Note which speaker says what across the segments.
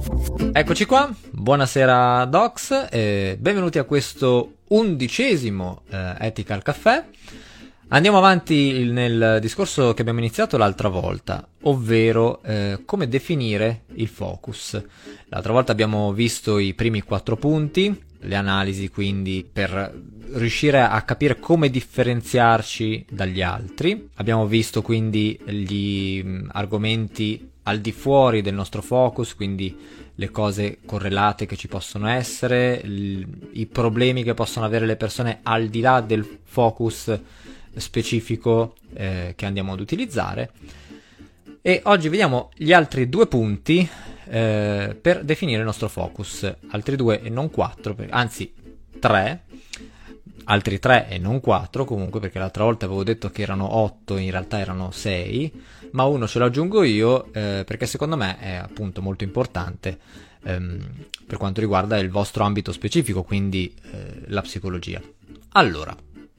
Speaker 1: Eccoci qua, buonasera Docs e benvenuti a questo 11° Ethical Caffè. Andiamo avanti nel discorso che abbiamo iniziato l'altra volta, ovvero come definire il focus. L'altra volta abbiamo visto i primi 4 punti, le analisi quindi per riuscire a capire come differenziarci dagli altri. Abbiamo visto quindi gli argomenti al di fuori del nostro focus, quindi le cose correlate che ci possono essere, i problemi che possono avere le persone al di là del focus specifico che andiamo ad utilizzare. E oggi vediamo gli altri 2 punti per definire il nostro focus, altri 2 e non 4, anzi 3, altri 3 e non 4 comunque, perché l'altra volta avevo detto che erano 8, in realtà erano 6, ma uno ce lo aggiungo io perché secondo me è appunto molto importante per quanto riguarda il vostro ambito specifico, quindi la psicologia. Allora,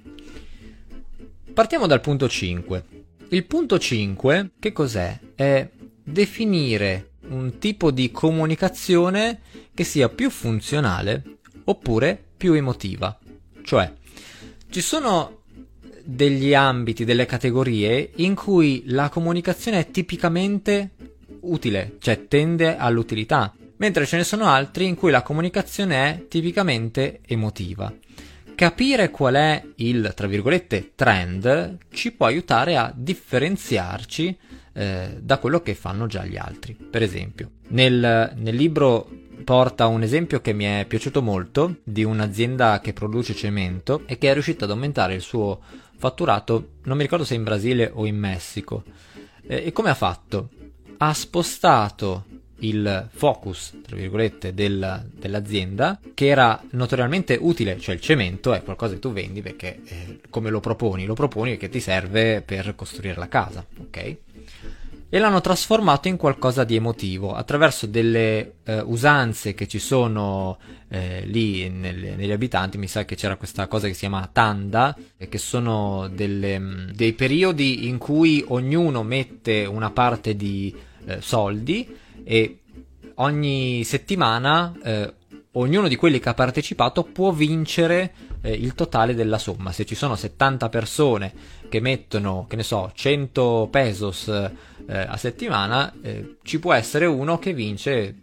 Speaker 1: partiamo dal punto 5. Il punto 5 che cos'è? È definire un tipo di comunicazione che sia più funzionale oppure più emotiva. Cioè, ci sono degli ambiti, delle categorie in cui la comunicazione è tipicamente utile, cioè tende all'utilità, mentre ce ne sono altri in cui la comunicazione è tipicamente emotiva. Capire qual è il, tra virgolette, trend ci può aiutare a differenziarci da quello che fanno già gli altri. Per esempio, nel libro porta un esempio che mi è piaciuto molto di un'azienda che produce cemento e che è riuscita ad aumentare il suo fatturato, non mi ricordo se in Brasile o in Messico. E come ha fatto? Ha spostato il focus, tra virgolette, dell'azienda, che era notoriamente utile, cioè il cemento è qualcosa che tu vendi perché come lo proponi perché ti serve per costruire la casa, ok? E l'hanno trasformato in qualcosa di emotivo attraverso delle usanze che ci sono lì negli abitanti. Mi sa che c'era questa cosa che si chiama tanda, che sono dei periodi in cui ognuno mette una parte di soldi e ogni settimana ognuno di quelli che ha partecipato può vincere il totale della somma. Se ci sono 70 persone che mettono, che ne so, 100 pesos a settimana, ci può essere uno che vince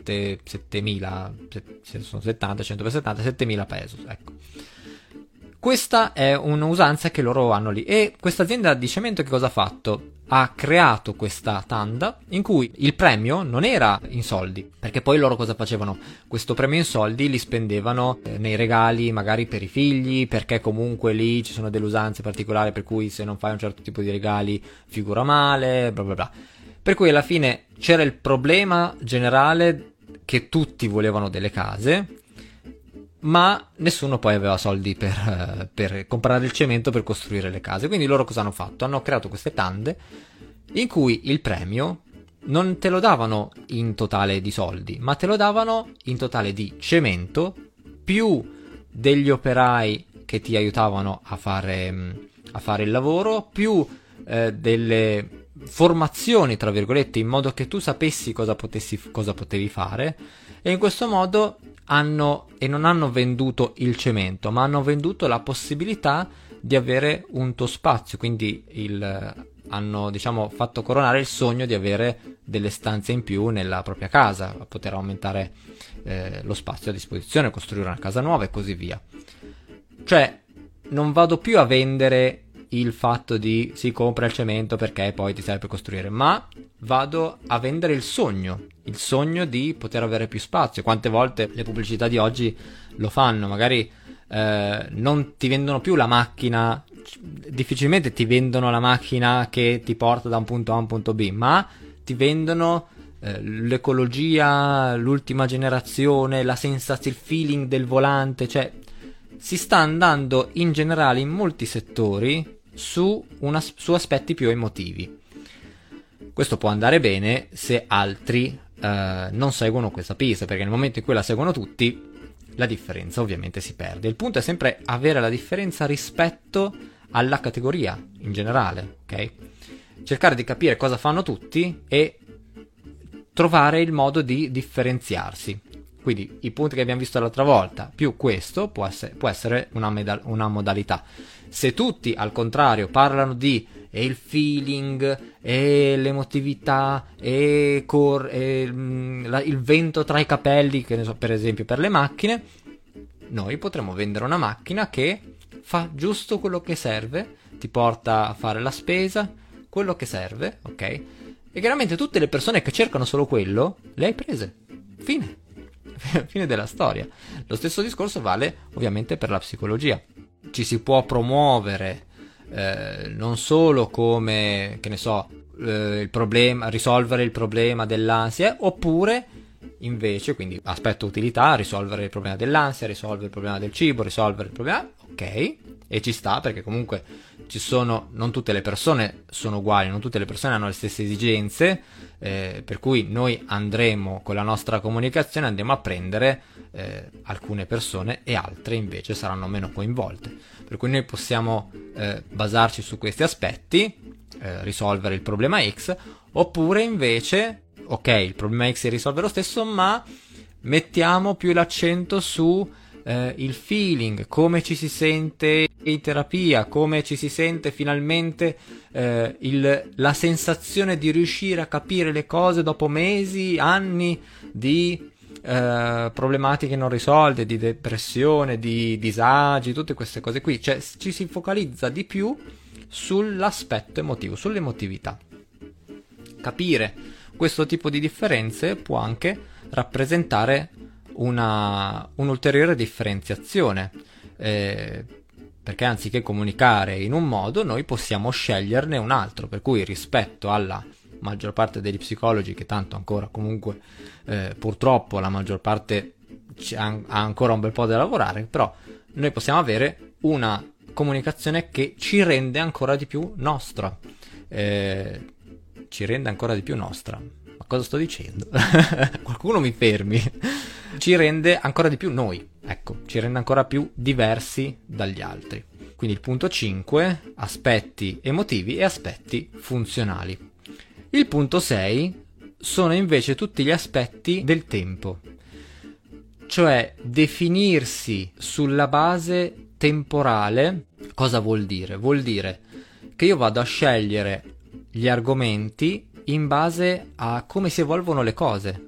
Speaker 1: 7.000, se sono 70, 100 per 70, 7.000 pesos, ecco. Questa è un'usanza che loro hanno lì, e questa azienda di cemento che cosa ha fatto? Ha creato questa tanda in cui il premio non era in soldi, perché poi loro cosa facevano? Questo premio in soldi li spendevano nei regali magari per i figli, perché comunque lì ci sono delle usanze particolari per cui se non fai un certo tipo di regali figura male, bla bla bla. Per cui alla fine c'era il problema generale che tutti volevano delle case, ma nessuno poi aveva soldi per comprare il cemento per costruire le case. Quindi loro cosa hanno fatto? Hanno creato queste tande in cui il premio non te lo davano in totale di soldi, ma te lo davano in totale di cemento più degli operai che ti aiutavano a fare il lavoro, più delle formazioni, tra virgolette, in modo che tu sapessi cosa potevi fare. E in questo modo non hanno venduto il cemento, ma hanno venduto la possibilità di avere un tuo spazio, quindi hanno, diciamo, fatto coronare il sogno di avere delle stanze in più nella propria casa, poter aumentare lo spazio a disposizione, costruire una casa nuova e così via. Cioè, non vado più a vendere il fatto di si compra il cemento perché poi ti serve per costruire, ma vado a vendere il sogno di poter avere più spazio. Quante volte le pubblicità di oggi lo fanno? Magari non ti vendono più la macchina, difficilmente ti vendono la macchina che ti porta da un punto A a un punto B, ma ti vendono l'ecologia, l'ultima generazione, la sensazione, il feeling del volante. Cioè, si sta andando in generale in molti settori su aspetti più emotivi. Questo può andare bene se altri non seguono questa pista, perché nel momento in cui la seguono tutti, la differenza ovviamente si perde. Il punto è sempre avere la differenza rispetto alla categoria in generale, ok? Cercare di capire cosa fanno tutti e trovare il modo di differenziarsi. Quindi i punti che abbiamo visto l'altra volta più questo può essere una modalità. Se tutti al contrario parlano di il feeling e l'emotività e il vento tra i capelli, che ne so, per esempio per le macchine, noi potremmo vendere una macchina che fa giusto quello che serve, ti porta a fare la spesa, quello che serve, ok? E chiaramente tutte le persone che cercano solo quello le hai prese. Fine della storia. Lo stesso discorso vale ovviamente per la psicologia. Ci si può promuovere non solo come, che ne so, risolvere il problema dell'ansia, oppure invece, quindi aspetto utilità, risolvere il problema dell'ansia, risolvere il problema del cibo, risolvere il problema, ok, e ci sta, perché comunque non tutte le persone sono uguali, non tutte le persone hanno le stesse esigenze, per cui noi andremo con la nostra comunicazione, andiamo a prendere alcune persone e altre invece saranno meno coinvolte, per cui noi possiamo basarci su questi aspetti, risolvere il problema X, oppure invece ok, il problema X si risolve lo stesso, ma mettiamo più l'accento su il feeling, come ci si sente in terapia, come ci si sente finalmente la sensazione di riuscire a capire le cose dopo mesi, anni di problematiche non risolte, di depressione, di disagi, tutte queste cose qui. Cioè ci si focalizza di più sull'aspetto emotivo, sull'emotività. Capire questo tipo di differenze può anche rappresentare un'ulteriore differenziazione, perché anziché comunicare in un modo noi possiamo sceglierne un altro, per cui rispetto alla maggior parte degli psicologi, che tanto ancora comunque purtroppo la maggior parte ha ancora un bel po' da lavorare, però noi possiamo avere una comunicazione che ci rende ancora di più nostra. Ci rende ancora di più nostra. Ma cosa sto dicendo? Qualcuno mi fermi. Ci rende ancora di più noi. Ecco, ci rende ancora più diversi dagli altri. Quindi il punto 5, aspetti emotivi e aspetti funzionali. Il punto 6 sono invece tutti gli aspetti del tempo. Cioè definirsi sulla base temporale. Cosa vuol dire? Vuol dire che io vado a scegliere gli argomenti in base a come si evolvono le cose.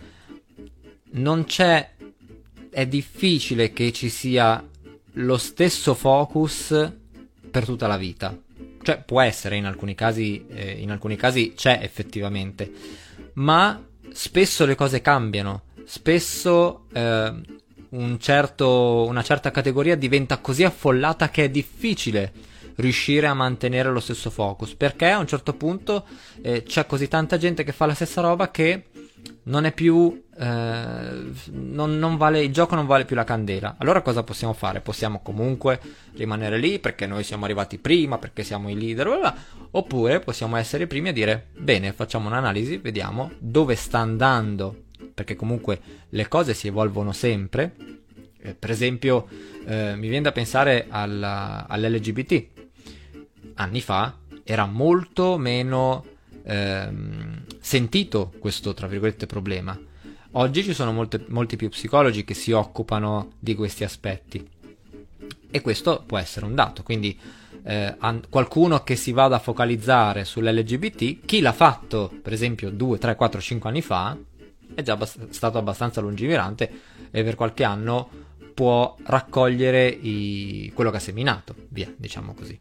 Speaker 1: È difficile che ci sia lo stesso focus per tutta la vita. Cioè può essere in alcuni casi c'è effettivamente, ma spesso le cose cambiano, spesso una certa categoria diventa così affollata che è difficile riuscire a mantenere lo stesso focus, perché a un certo punto c'è così tanta gente che fa la stessa roba che non è più non vale, il gioco non vale più la candela. Allora cosa possiamo fare? Possiamo comunque rimanere lì perché noi siamo arrivati prima, perché siamo i leader, bla bla, oppure possiamo essere i primi a dire bene, facciamo un'analisi, vediamo dove sta andando, perché comunque le cose si evolvono sempre. Per esempio mi viene da pensare all'LGBT. Anni fa era molto meno sentito questo, tra virgolette, problema. Oggi ci sono molti più psicologi che si occupano di questi aspetti, e questo può essere un dato. Quindi qualcuno che si vada a focalizzare sull'LGBT, chi l'ha fatto per esempio 2, 3, 4, 5 anni fa è già stato abbastanza lungimirante e per qualche anno può raccogliere quello che ha seminato, via, diciamo così.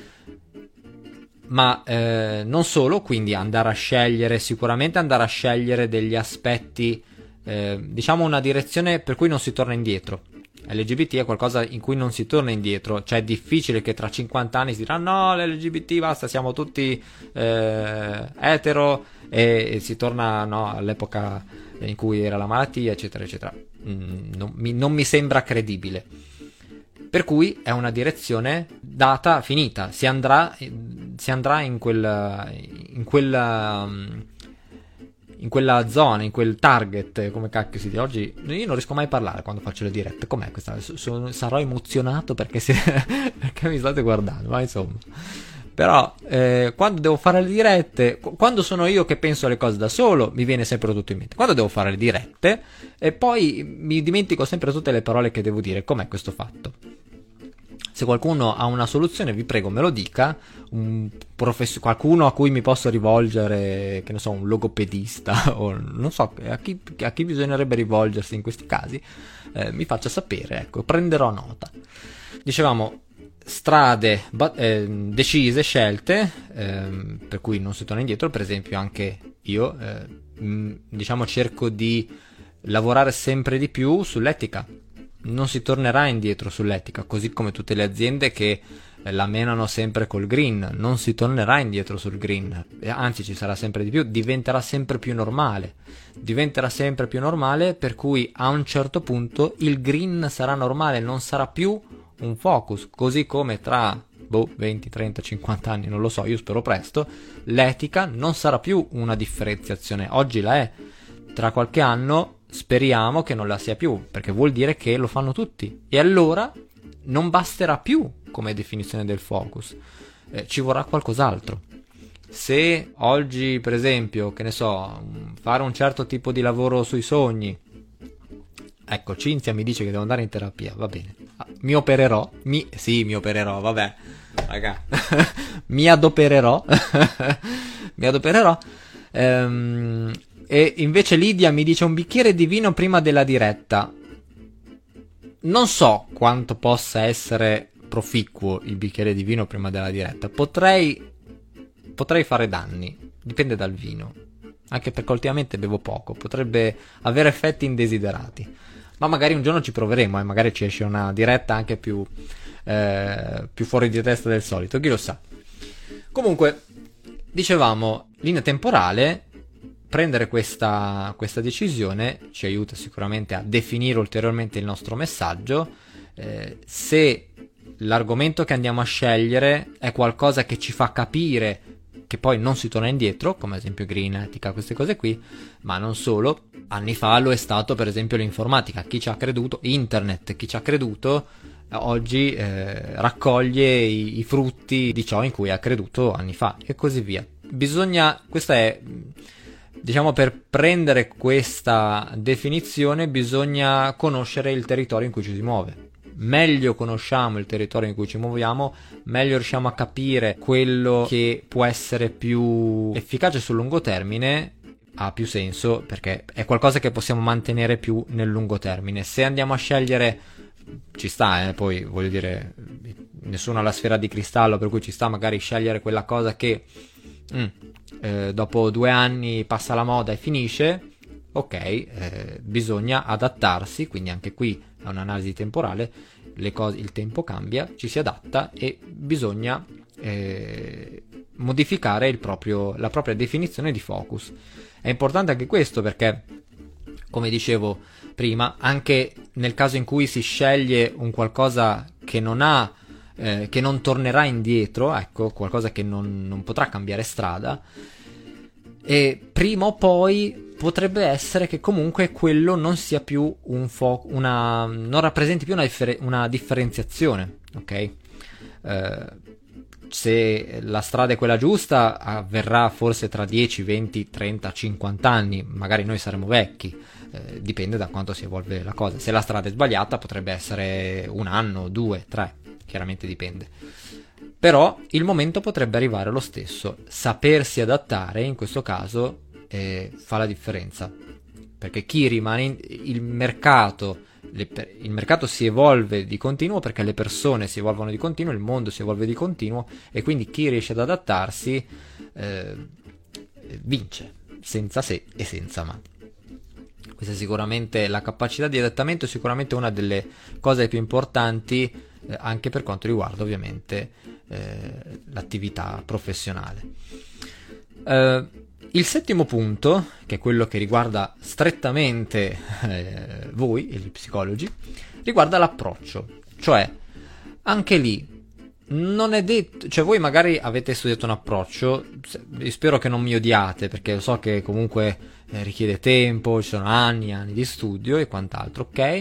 Speaker 1: Ma non solo, quindi sicuramente andare a scegliere degli aspetti, diciamo una direzione per cui non si torna indietro. LGBT è qualcosa in cui non si torna indietro, cioè è difficile che tra 50 anni si dirà no, l'LGBT basta, siamo tutti etero, e si torna all'epoca in cui era la malattia, eccetera eccetera. Non mi sembra credibile. Per cui è una direzione data, finita, si andrà in quella zona, in quel target, come cacchio si dice oggi. Io non riesco mai a parlare quando faccio le dirette. Com'è questa? Sarò emozionato perché mi state guardando, ma insomma, Però quando devo fare le dirette, quando sono io che penso alle cose da solo, mi viene sempre tutto in mente. Quando devo fare le dirette, e poi mi dimentico sempre tutte le parole che devo dire. Com'è questo fatto? Se qualcuno ha una soluzione, vi prego, me lo dica. Qualcuno a cui mi posso rivolgere, che ne so, un logopedista, o non so a chi bisognerebbe rivolgersi in questi casi, mi faccia sapere, ecco, prenderò nota. Dicevamo, strade decise, scelte, per cui non si torna indietro. Per esempio anche io, diciamo, cerco di lavorare sempre di più sull'etica. Non si tornerà indietro sull'etica, così come tutte le aziende che la menano sempre col green. Non si tornerà indietro sul green, anzi ci sarà sempre di più, diventerà sempre più normale, per cui a un certo punto il green sarà normale, non sarà più un focus, così come tra 20, 30, 50 anni, non lo so, io spero presto, l'etica non sarà più una differenziazione. Oggi la è, tra qualche anno speriamo che non la sia più, perché vuol dire che lo fanno tutti, e allora non basterà più come definizione del focus, ci vorrà qualcos'altro. Se oggi, per esempio, che ne so, fare un certo tipo di lavoro sui sogni, ecco, Cinzia mi dice che devo andare in terapia, va bene, mi opererò, vabbè, raga, mi adopererò, e invece Lidia mi dice un bicchiere di vino prima della diretta. Non so quanto possa essere proficuo il bicchiere di vino prima della diretta. Potrei fare danni, dipende dal vino, anche perché ultimamente bevo poco, potrebbe avere effetti indesiderati, ma magari un giorno ci proveremo e magari ci esce una diretta anche più fuori di testa del solito, chi lo sa. Comunque, dicevamo, linea temporale. Prendere questa decisione ci aiuta sicuramente a definire ulteriormente il nostro messaggio. Se l'argomento che andiamo a scegliere è qualcosa che ci fa capire che poi non si torna indietro, come ad esempio green, etica, queste cose qui, ma non solo. Anni fa lo è stato per esempio l'informatica. Chi ci ha creduto, internet, chi ci ha creduto oggi raccoglie i frutti di ciò in cui ha creduto anni fa, e così via. Questa è, diciamo, per prendere questa definizione bisogna conoscere il territorio in cui ci si muove. Meglio conosciamo il territorio in cui ci muoviamo, meglio riusciamo a capire quello che può essere più efficace sul lungo termine, ha più senso, perché è qualcosa che possiamo mantenere più nel lungo termine. Se andiamo a scegliere, ci sta, poi voglio dire, nessuno ha la sfera di cristallo, per cui ci sta magari scegliere quella cosa che dopo 2 anni passa la moda e finisce. Ok, bisogna adattarsi, quindi anche qui è un'analisi temporale, il tempo cambia, ci si adatta e bisogna modificare la propria definizione di focus. È importante anche questo perché, come dicevo prima, anche nel caso in cui si sceglie un qualcosa che non tornerà indietro, ecco, qualcosa che non potrà cambiare strada, e prima o poi potrebbe essere che comunque quello non sia più non rappresenti più una differenziazione, ok? Se la strada è quella giusta, avverrà forse tra 10, 20, 30, 50 anni, magari noi saremo vecchi, dipende da quanto si evolve la cosa. Se la strada è sbagliata potrebbe essere 1 anno, 2, 3, chiaramente dipende. Però il momento potrebbe arrivare lo stesso. Sapersi adattare in questo caso fa la differenza, perché chi rimane il mercato si evolve di continuo, perché le persone si evolvono di continuo, il mondo si evolve di continuo, e quindi chi riesce ad adattarsi vince, senza se e senza ma. Questa è sicuramente, la capacità di adattamento è sicuramente una delle cose più importanti, anche per quanto riguarda ovviamente l'attività professionale. Il settimo punto, che è quello che riguarda strettamente voi, gli psicologi, riguarda l'approccio. Cioè, anche lì non è detto, cioè voi magari avete studiato un approccio, spero che non mi odiate, perché so che comunque richiede tempo, ci sono anni e anni di studio e quant'altro, ok?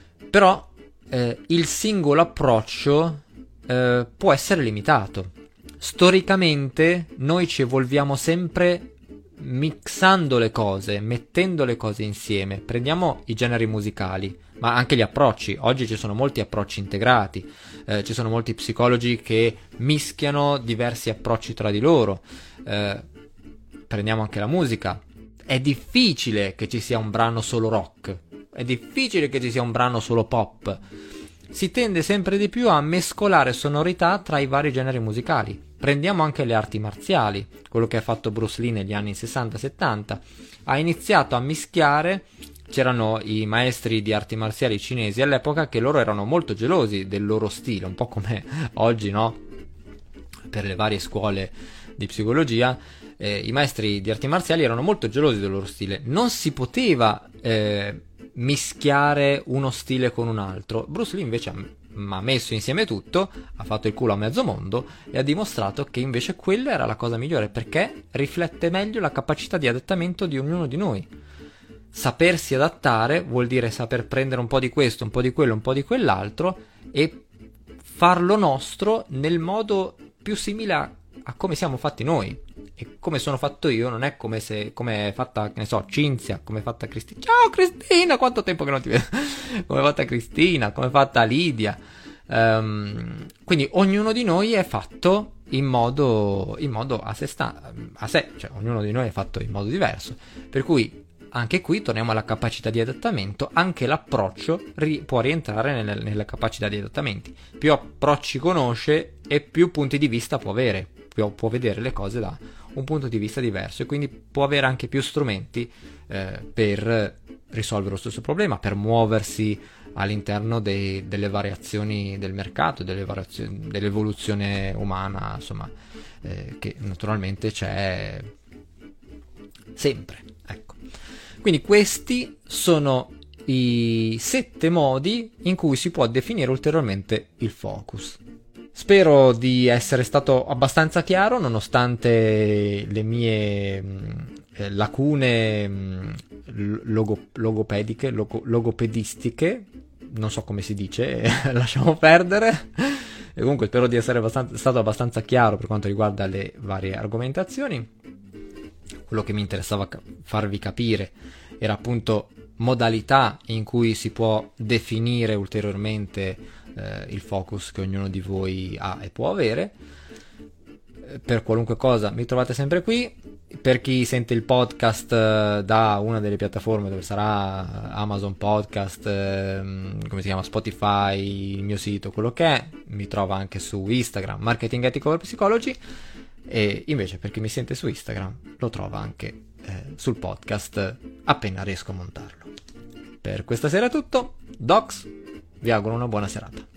Speaker 1: Però il singolo approccio può essere limitato. Storicamente noi ci evolviamo sempre mixando le cose, mettendo le cose insieme. Prendiamo i generi musicali, ma anche gli approcci. Oggi ci sono molti approcci integrati, ci sono molti psicologi che mischiano diversi approcci tra di loro. Prendiamo anche la musica. È difficile che ci sia un brano solo rock, è difficile che ci sia un brano solo pop. Si tende sempre di più a mescolare sonorità tra i vari generi musicali. Prendiamo anche le arti marziali, quello che ha fatto Bruce Lee negli anni 60-70. Ha iniziato a mischiare, c'erano i maestri di arti marziali cinesi all'epoca che loro erano molto gelosi del loro stile, un po' come oggi, no? Per le varie scuole di psicologia, i maestri di arti marziali erano molto gelosi del loro stile. Non si poteva mischiare uno stile con un altro. Bruce Lee invece ha messo insieme tutto, ha fatto il culo a mezzo mondo e ha dimostrato che invece quella era la cosa migliore, perché riflette meglio la capacità di adattamento di ognuno di noi. Sapersi adattare vuol dire saper prendere un po' di questo, un po' di quello, un po' di quell'altro e farlo nostro nel modo più simile a come siamo fatti noi. E come sono fatto io non è come è fatta, che ne so, Cinzia, come è fatta Cristina. Ciao Cristina, quanto tempo che non ti vedo. Come è fatta Cristina, come è fatta Lidia. Quindi ognuno di noi è fatto in modo a sé, cioè ognuno di noi è fatto in modo diverso. Per cui anche qui torniamo alla capacità di adattamento. Anche l'approccio può rientrare nelle capacità di adattamenti. Più approcci conosce e più punti di vista può avere, può vedere le cose da un punto di vista diverso, e quindi può avere anche più strumenti per risolvere lo stesso problema, per muoversi all'interno delle variazioni del mercato, dell'evoluzione umana, insomma, che naturalmente c'è sempre, ecco. Quindi questi sono i 7 modi in cui si può definire ulteriormente il focus. Spero di essere stato abbastanza chiaro, nonostante le mie lacune logopedistiche, non so come si dice, lasciamo perdere. E comunque spero di essere stato abbastanza chiaro per quanto riguarda le varie argomentazioni. Quello che mi interessava farvi capire era appunto modalità in cui si può definire ulteriormente il focus che ognuno di voi ha e può avere. Per qualunque cosa mi trovate sempre qui. Per chi sente il podcast da una delle piattaforme, dove sarà Amazon Podcast, come si chiama, Spotify, il mio sito, quello che è, mi trova anche su Instagram, Marketing Ethical Psychology. E invece per chi mi sente su Instagram lo trova anche sul podcast appena riesco a montarlo. Per questa sera è tutto. Docs, vi auguro una buona serata.